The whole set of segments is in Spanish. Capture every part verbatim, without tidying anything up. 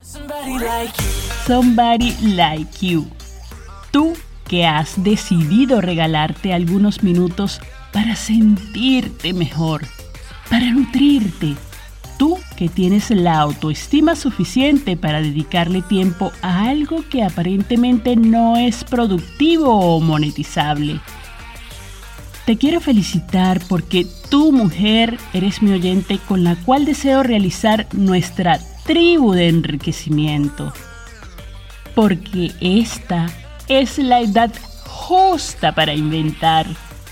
Somebody Like You. Tú que has decidido regalarte algunos minutos para sentirte mejor, para nutrirte. Tú que tienes la autoestima suficiente para dedicarle tiempo a algo que aparentemente no es productivo o monetizable. Te quiero felicitar porque tú, mujer, eres mi oyente con la cual deseo realizar nuestra tribu de enriquecimiento. Porque esta es la edad justa para inventar.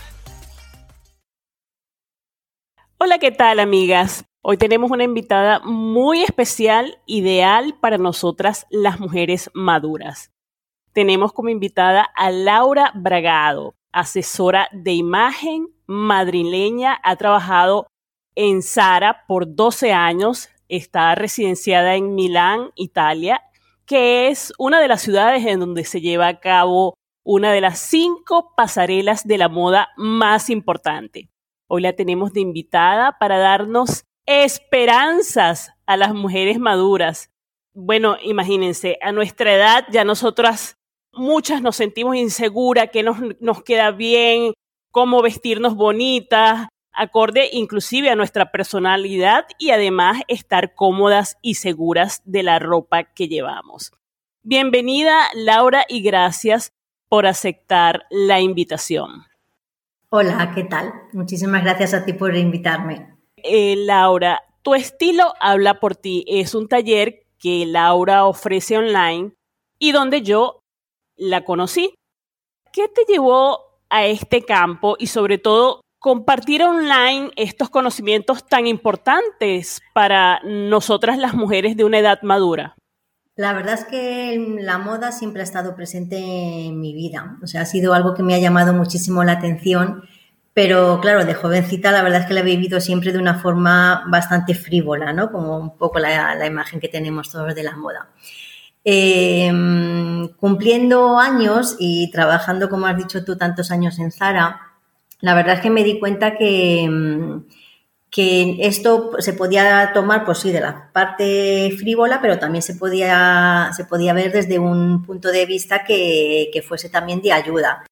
Hola, ¿qué tal, amigas? Hoy tenemos una invitada muy especial, ideal para nosotras las mujeres maduras. Tenemos como invitada a Laura Bragado, asesora de imagen madrileña, ha trabajado en Zara por doce años, está residenciada en Milán, Italia, que es una de las ciudades en donde se lleva a cabo una de las cinco pasarelas de la moda más importante. Hoy la tenemos de invitada para darnos esperanzas a las mujeres maduras. Bueno, imagínense, a nuestra edad ya nosotras, muchas nos sentimos inseguras, qué nos, nos queda bien, cómo vestirnos bonitas, acorde inclusive a nuestra personalidad y además estar cómodas y seguras de la ropa que llevamos. Bienvenida, Laura, y gracias por aceptar la invitación. Hola, ¿qué tal? Muchísimas gracias a ti por invitarme. Eh, Laura, tu estilo habla por ti. Es un taller que Laura ofrece online y donde yo la conocí. ¿Qué te llevó a este campo y sobre todo compartir online estos conocimientos tan importantes para nosotras las mujeres de una edad madura? La verdad es que la moda siempre ha estado presente en mi vida. O sea, ha sido algo que me ha llamado muchísimo la atención. Pero claro, de jovencita la verdad es que la he vivido siempre de una forma bastante frívola, ¿no? Como un poco la, la imagen que tenemos todos de la moda. Eh, cumpliendo años y trabajando, como has dicho tú, tantos años en Zara, la verdad es que me di cuenta que, que esto se podía tomar, pues sí, de la parte frívola, pero también se podía, se podía ver desde un punto de vista que, que fuese también de ayuda.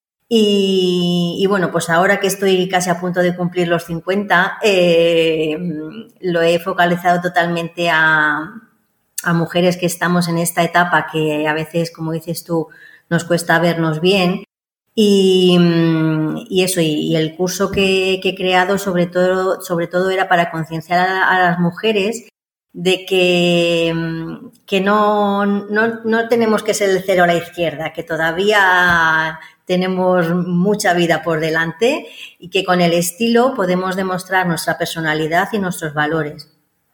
Y, y bueno, pues ahora que estoy casi a punto de cumplir los cincuenta, eh, lo he focalizado totalmente a, a mujeres que estamos en esta etapa que a veces, como dices tú, nos cuesta vernos bien. Y, y eso, y, y el curso que, que he creado sobre todo, sobre todo era para concienciar a, a las mujeres de que, que no, no, no tenemos que ser el cero a la izquierda, que todavía tenemos mucha vida por delante y que con el estilo podemos demostrar nuestra personalidad y nuestros valores.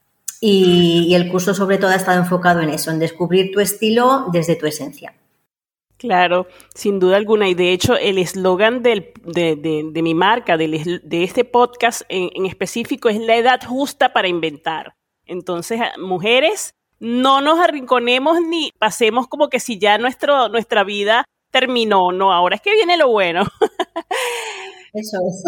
Y, y el curso sobre todo ha estado enfocado en eso, en descubrir tu estilo desde tu esencia. Claro, sin duda alguna. Y de hecho el eslogan del, de, de, de mi marca, de, de este podcast en, en específico, es la edad justa para inventar. Entonces, mujeres, no nos arrinconemos ni pasemos como que si ya nuestro, nuestra vida terminó. No, ahora es que viene lo bueno. Eso es.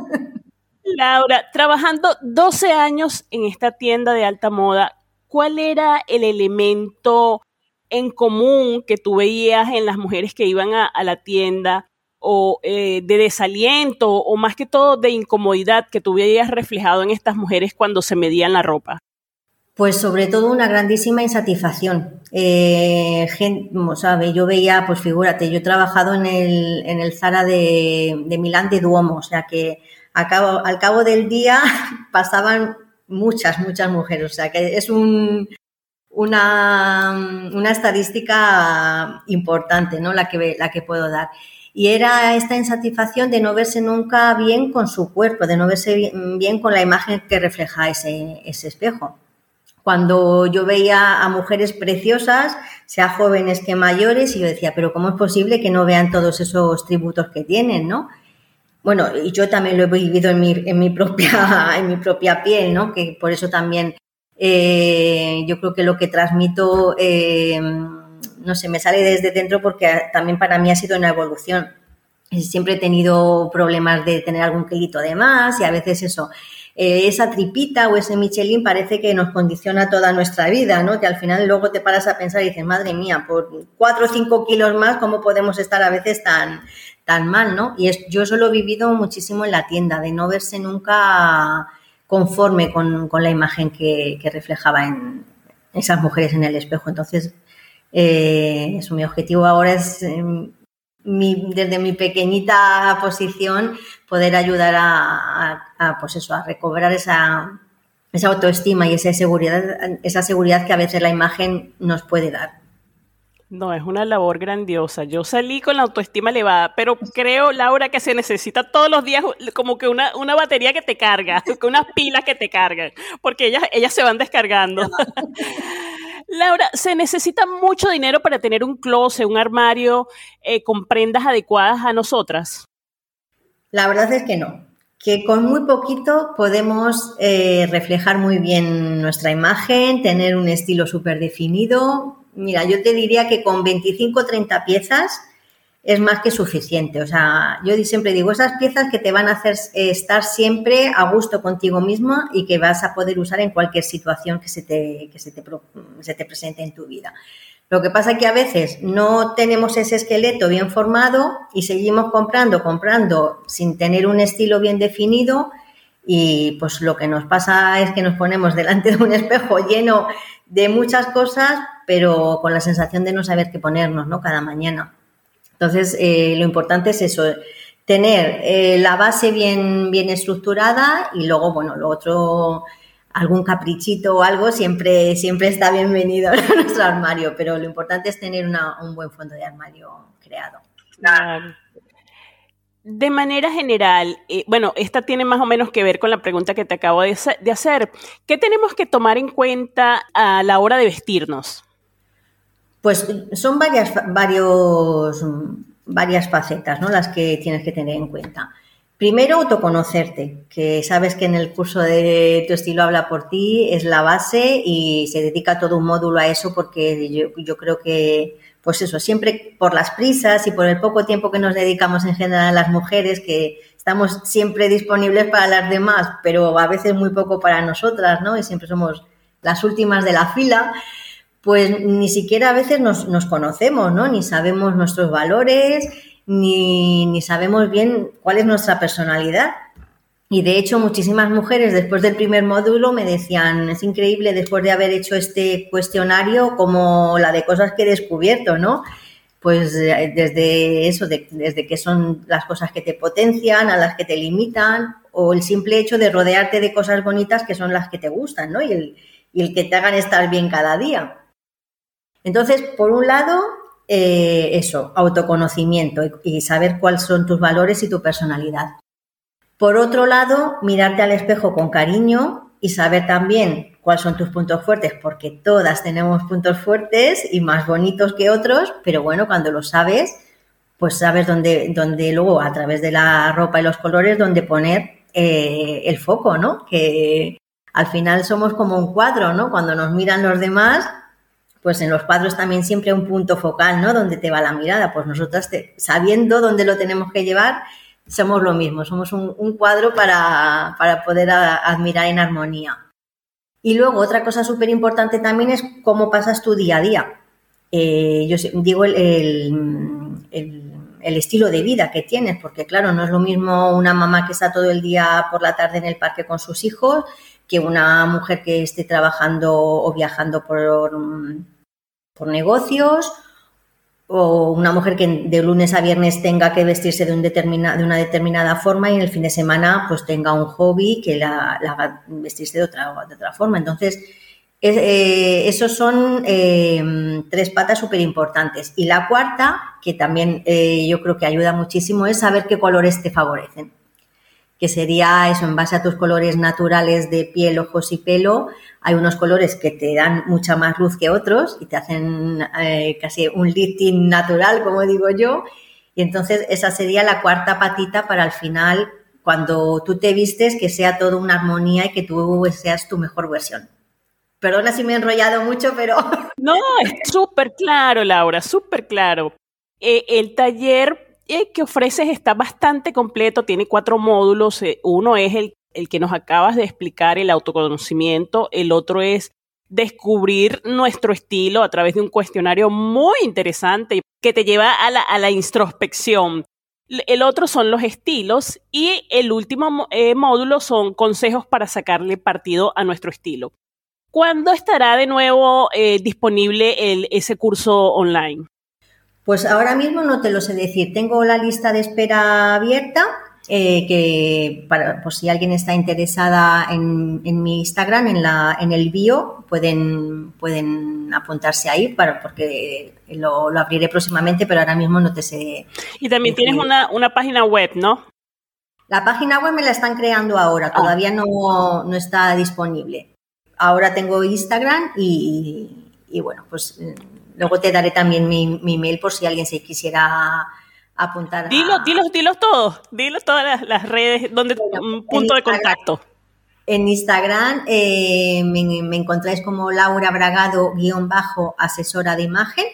Laura, trabajando doce años en esta tienda de alta moda, ¿cuál era el elemento en común que tú veías en las mujeres que iban a, a la tienda o eh, de desaliento o más que todo de incomodidad que tú veías reflejado en estas mujeres cuando se medían la ropa? Pues sobre todo una grandísima insatisfacción. Eh, gente, ¿sabe? Yo veía, pues figúrate, yo he trabajado en el, en el Zara de, de Milán de Duomo, o sea que a cabo, al cabo del día pasaban muchas, muchas mujeres, o sea que es un, una, una estadística importante, ¿no? La que, la que puedo dar. Y era esta insatisfacción de no verse nunca bien con su cuerpo, de no verse bien, bien con la imagen que refleja ese, ese espejo. Cuando yo veía a mujeres preciosas, sea jóvenes que mayores, y yo decía, pero ¿cómo es posible que no vean todos esos tributos que tienen, no? Bueno, y yo también lo he vivido en mi, en mi propia, en mi propia piel, ¿no? Que por eso también eh, yo creo que lo que transmito, eh, no sé, me sale desde dentro porque también para mí ha sido una evolución. Siempre he tenido problemas de tener algún kilito de más y a veces eso. eh, esa tripita o ese Michelin parece que nos condiciona toda nuestra vida, ¿no? Que al final luego te paras a pensar y dices, madre mía, por cuatro o cinco kilos más, ¿cómo podemos estar a veces tan, tan mal, ¿no? Y es, yo eso lo he vivido muchísimo en la tienda, de no verse nunca conforme con, con la imagen que, que reflejaba en esas mujeres en el espejo. Entonces, eh, eso, mi objetivo ahora es, eh, mi, desde mi pequeñita posición, poder ayudar a, a, a, pues eso, a recobrar esa, esa autoestima y esa seguridad, esa seguridad que a veces la imagen nos puede dar. No, es una labor grandiosa. Yo salí con la autoestima elevada, pero creo, Laura, que se necesita todos los días como que una, una batería que te carga, unas pilas que te cargan, porque ellas, ellas se van descargando. Laura, ¿se necesita mucho dinero para tener un closet, un armario eh, con prendas adecuadas a nosotras? La verdad es que no. Que con muy poquito podemos eh, reflejar muy bien nuestra imagen, tener un estilo súper definido. Mira, yo te diría que con veinticinco o treinta piezas es más que suficiente. O sea, yo siempre digo, esas piezas que te van a hacer estar siempre a gusto contigo misma y que vas a poder usar en cualquier situación que se te, que se te, se te presente en tu vida. Lo que pasa es que a veces no tenemos ese esqueleto bien formado y seguimos comprando, comprando sin tener un estilo bien definido, y pues lo que nos pasa es que nos ponemos delante de un espejo lleno de muchas cosas, pero con la sensación de no saber qué ponernos, ¿no? Cada mañana. Entonces, eh, lo importante es eso, tener eh, la base bien, bien estructurada, y luego, bueno, lo otro, algún caprichito o algo siempre, siempre está bienvenido a nuestro armario, pero lo importante es tener una, un buen fondo de armario creado. Claro. De manera general, eh, bueno, esta tiene más o menos que ver con la pregunta que te acabo de, de hacer. ¿Qué tenemos que tomar en cuenta a la hora de vestirnos? Pues son varias, varios, varias facetas, ¿no?, las que tienes que tener en cuenta. Primero, autoconocerte, que sabes que en el curso de Tu estilo habla por ti es la base y se dedica todo un módulo a eso, porque yo, yo creo que, pues eso, siempre por las prisas y por el poco tiempo que nos dedicamos en general a las mujeres, que estamos siempre disponibles para las demás, pero a veces muy poco para nosotras, ¿no? Y siempre somos las últimas de la fila, pues ni siquiera a veces nos, nos conocemos, ¿no? Ni sabemos nuestros valores, ni, ni sabemos bien cuál es nuestra personalidad. Y de hecho, muchísimas mujeres después del primer módulo me decían, es increíble después de haber hecho este cuestionario como la de cosas que he descubierto, ¿no? Pues desde eso, de, desde que son las cosas que te potencian, a las que te limitan, o el simple hecho de rodearte de cosas bonitas que son las que te gustan, ¿no? Y el, y el que te hagan estar bien cada día. Entonces, por un lado, eh, eso, autoconocimiento y, y saber cuáles son tus valores y tu personalidad. Por otro lado, mirarte al espejo con cariño y saber también cuáles son tus puntos fuertes, porque todas tenemos puntos fuertes y más bonitos que otros, pero bueno, cuando lo sabes, pues sabes dónde, dónde luego, a través de la ropa y los colores, dónde poner eh, el foco, ¿no? Que al final somos como un cuadro, ¿no? Cuando nos miran los demás, pues en los cuadros también siempre hay un punto focal, ¿no? Donde te va la mirada. Pues nosotras, te, sabiendo dónde lo tenemos que llevar, somos lo mismo, somos un, un cuadro para, para poder a, admirar en armonía. Y luego otra cosa súper importante también es cómo pasas tu día a día. Eh, yo digo el, el, el, el estilo de vida que tienes, porque claro, no es lo mismo una mamá que está todo el día por la tarde en el parque con sus hijos que una mujer que esté trabajando o viajando por, por negocios, o una mujer que de lunes a viernes tenga que vestirse de, un determina, de una determinada forma y en el fin de semana pues tenga un hobby que la, la haga vestirse de otra, de otra forma. Entonces, es, eh, esos son eh, tres patas súper importantes. Y la cuarta, que también eh, yo creo que ayuda muchísimo, es saber qué colores te favorecen. Que sería eso, en base a tus colores naturales de piel, ojos y pelo. Hay unos colores que te dan mucha más luz que otros y te hacen eh, casi un lifting natural, como digo yo. Y entonces esa sería la cuarta patita para al final, cuando tú te vistes, que sea todo una armonía y que tú seas tu mejor versión. Perdona si me he enrollado mucho, pero... No, es súper claro, Laura, súper claro. Eh, el taller... que ofreces está bastante completo, tiene cuatro módulos. Uno es el el que nos acabas de explicar, el autoconocimiento, el otro es descubrir nuestro estilo a través de un cuestionario muy interesante que te lleva a la, a la introspección. El otro son los estilos y el último eh, módulo son consejos para sacarle partido a nuestro estilo. ¿Cuándo estará de nuevo eh, disponible el, ese curso online? Pues ahora mismo no te lo sé decir. Tengo la lista de espera abierta, eh, que para, por si alguien está interesada en, en mi Instagram, en, la, en el bio, pueden, pueden apuntarse ahí para, porque lo, lo abriré próximamente, pero ahora mismo no te sé. Y también decir. Tienes una, una página web, ¿no? La página web me la están creando ahora, todavía ah. no, no está disponible. Ahora tengo Instagram y, y bueno, pues luego te daré también mi, mi mail por si alguien se quisiera apuntar. Dilo, a... dilo, dilo todo, dilo todas las, las redes, donde bueno, un punto de contacto. En Instagram eh, me, me encontráis como Laura Bragado guión bajo asesora de imagen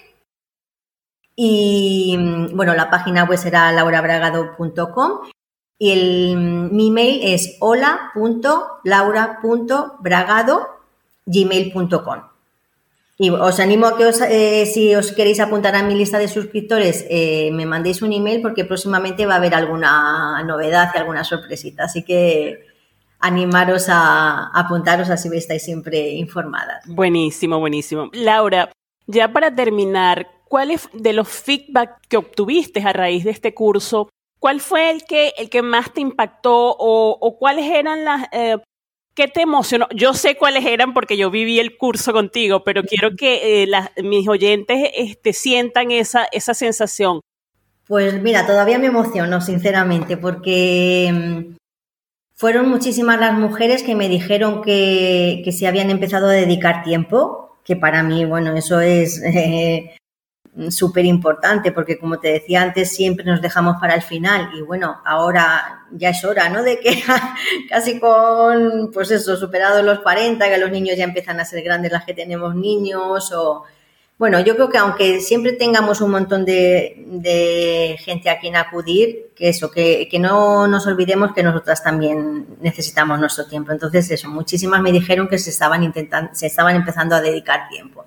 y bueno, la página web será laura bragado punto com. Y el, mi mail es hola punto laura punto bragado gmail punto com. Y os animo a que os, eh, si os queréis apuntar a mi lista de suscriptores, eh, me mandéis un email porque próximamente va a haber alguna novedad y alguna sorpresita. Así que animaros a, a apuntaros, así estáis siempre informadas. Buenísimo, buenísimo. Laura, ya para terminar, ¿cuáles de los feedback que obtuviste a raíz de este curso? ¿Cuál fue el que, el que más te impactó o, o cuáles eran las, eh, qué te emocionó? Yo sé cuáles eran porque yo viví el curso contigo, pero quiero que eh, las, mis oyentes este, sientan esa, esa sensación. Pues mira, todavía me emociono, sinceramente, porque fueron muchísimas las mujeres que me dijeron que, que se habían empezado a dedicar tiempo, que para mí, bueno, eso es... Eh, súper importante porque como te decía antes siempre nos dejamos para el final y bueno, ahora ya es hora, ¿no? De que casi con, pues eso, superados los cuarenta, que los niños ya empiezan a ser grandes las que tenemos niños o... Bueno, yo creo que aunque siempre tengamos un montón de, de gente a quien acudir, que eso, que, que no nos olvidemos que nosotras también necesitamos nuestro tiempo. Entonces eso, muchísimas me dijeron que se estaban intentando, se estaban empezando a dedicar tiempo.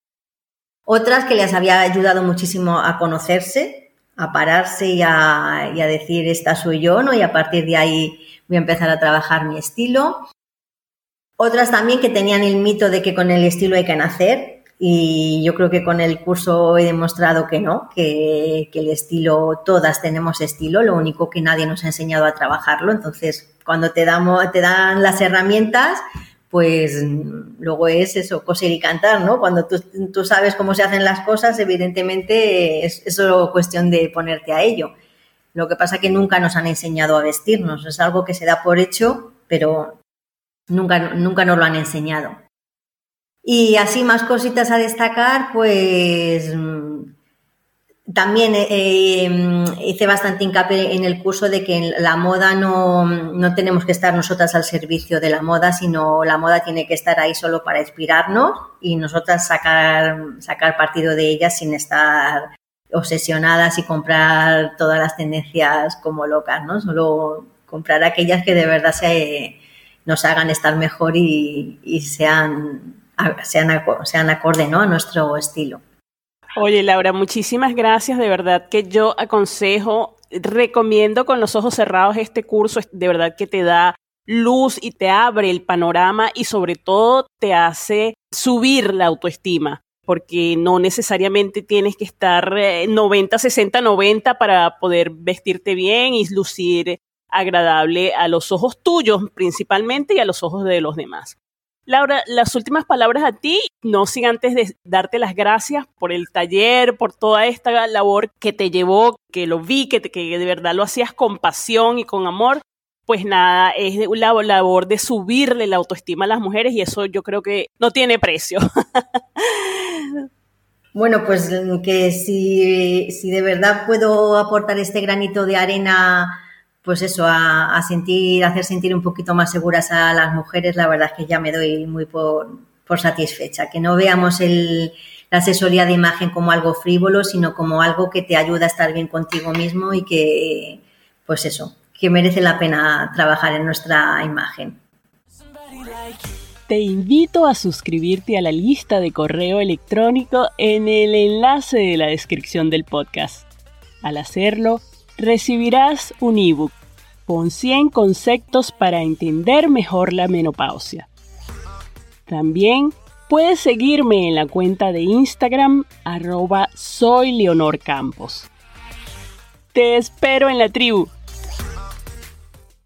Otras que les había ayudado muchísimo a conocerse, a pararse y a, y a decir esta soy yo, ¿no? Y a partir de ahí voy a empezar a trabajar mi estilo. Otras también que tenían el mito de que con el estilo hay que nacer y yo creo que con el curso he demostrado que no, que, que el estilo, todas tenemos estilo, lo único que nadie nos ha enseñado a trabajarlo. Entonces, cuando te, damos, te dan las herramientas, pues luego es eso, coser y cantar, ¿no? Cuando tú, tú sabes cómo se hacen las cosas, evidentemente es, es solo cuestión de ponerte a ello. Lo que pasa es que nunca nos han enseñado a vestirnos, es algo que se da por hecho, pero nunca, nunca nos lo han enseñado. Y así más cositas a destacar, pues... También eh, hice bastante hincapié en el curso de que en la moda no, no tenemos que estar nosotras al servicio de la moda, sino la moda tiene que estar ahí solo para inspirarnos y nosotras sacar, sacar partido de ella sin estar obsesionadas y comprar todas las tendencias como locas, ¿no? Solo comprar aquellas que de verdad se, nos hagan estar mejor y, y sean, sean, sean acorde, ¿no? A nuestro estilo. Oye, Laura, muchísimas gracias. De verdad que yo aconsejo, recomiendo con los ojos cerrados este curso. De verdad que te da luz y te abre el panorama y sobre todo te hace subir la autoestima, porque no necesariamente tienes que estar noventa, sesenta, noventa para poder vestirte bien y lucir agradable a los ojos tuyos principalmente y a los ojos de los demás. Laura, las últimas palabras a ti, no sin antes de darte las gracias por el taller, por toda esta labor que te llevó, que lo vi, que, te, que de verdad lo hacías con pasión y con amor. Pues nada, es la labor de subirle la autoestima a las mujeres y eso yo creo que no tiene precio. Bueno, pues que si, si de verdad puedo aportar este granito de arena, pues eso, a, a sentir, a hacer sentir un poquito más seguras a las mujeres, la verdad es que ya me doy muy por, por satisfecha. Que no veamos el, la asesoría de imagen como algo frívolo, sino como algo que te ayuda a estar bien contigo mismo y que, pues eso, que merece la pena trabajar en nuestra imagen. Te invito a suscribirte a la lista de correo electrónico en el enlace de la descripción del podcast. Al hacerlo, recibirás un ebook con cien conceptos para entender mejor la menopausia. También puedes seguirme en la cuenta de Instagram arroba soy Leonor Campos. Te espero en la tribu.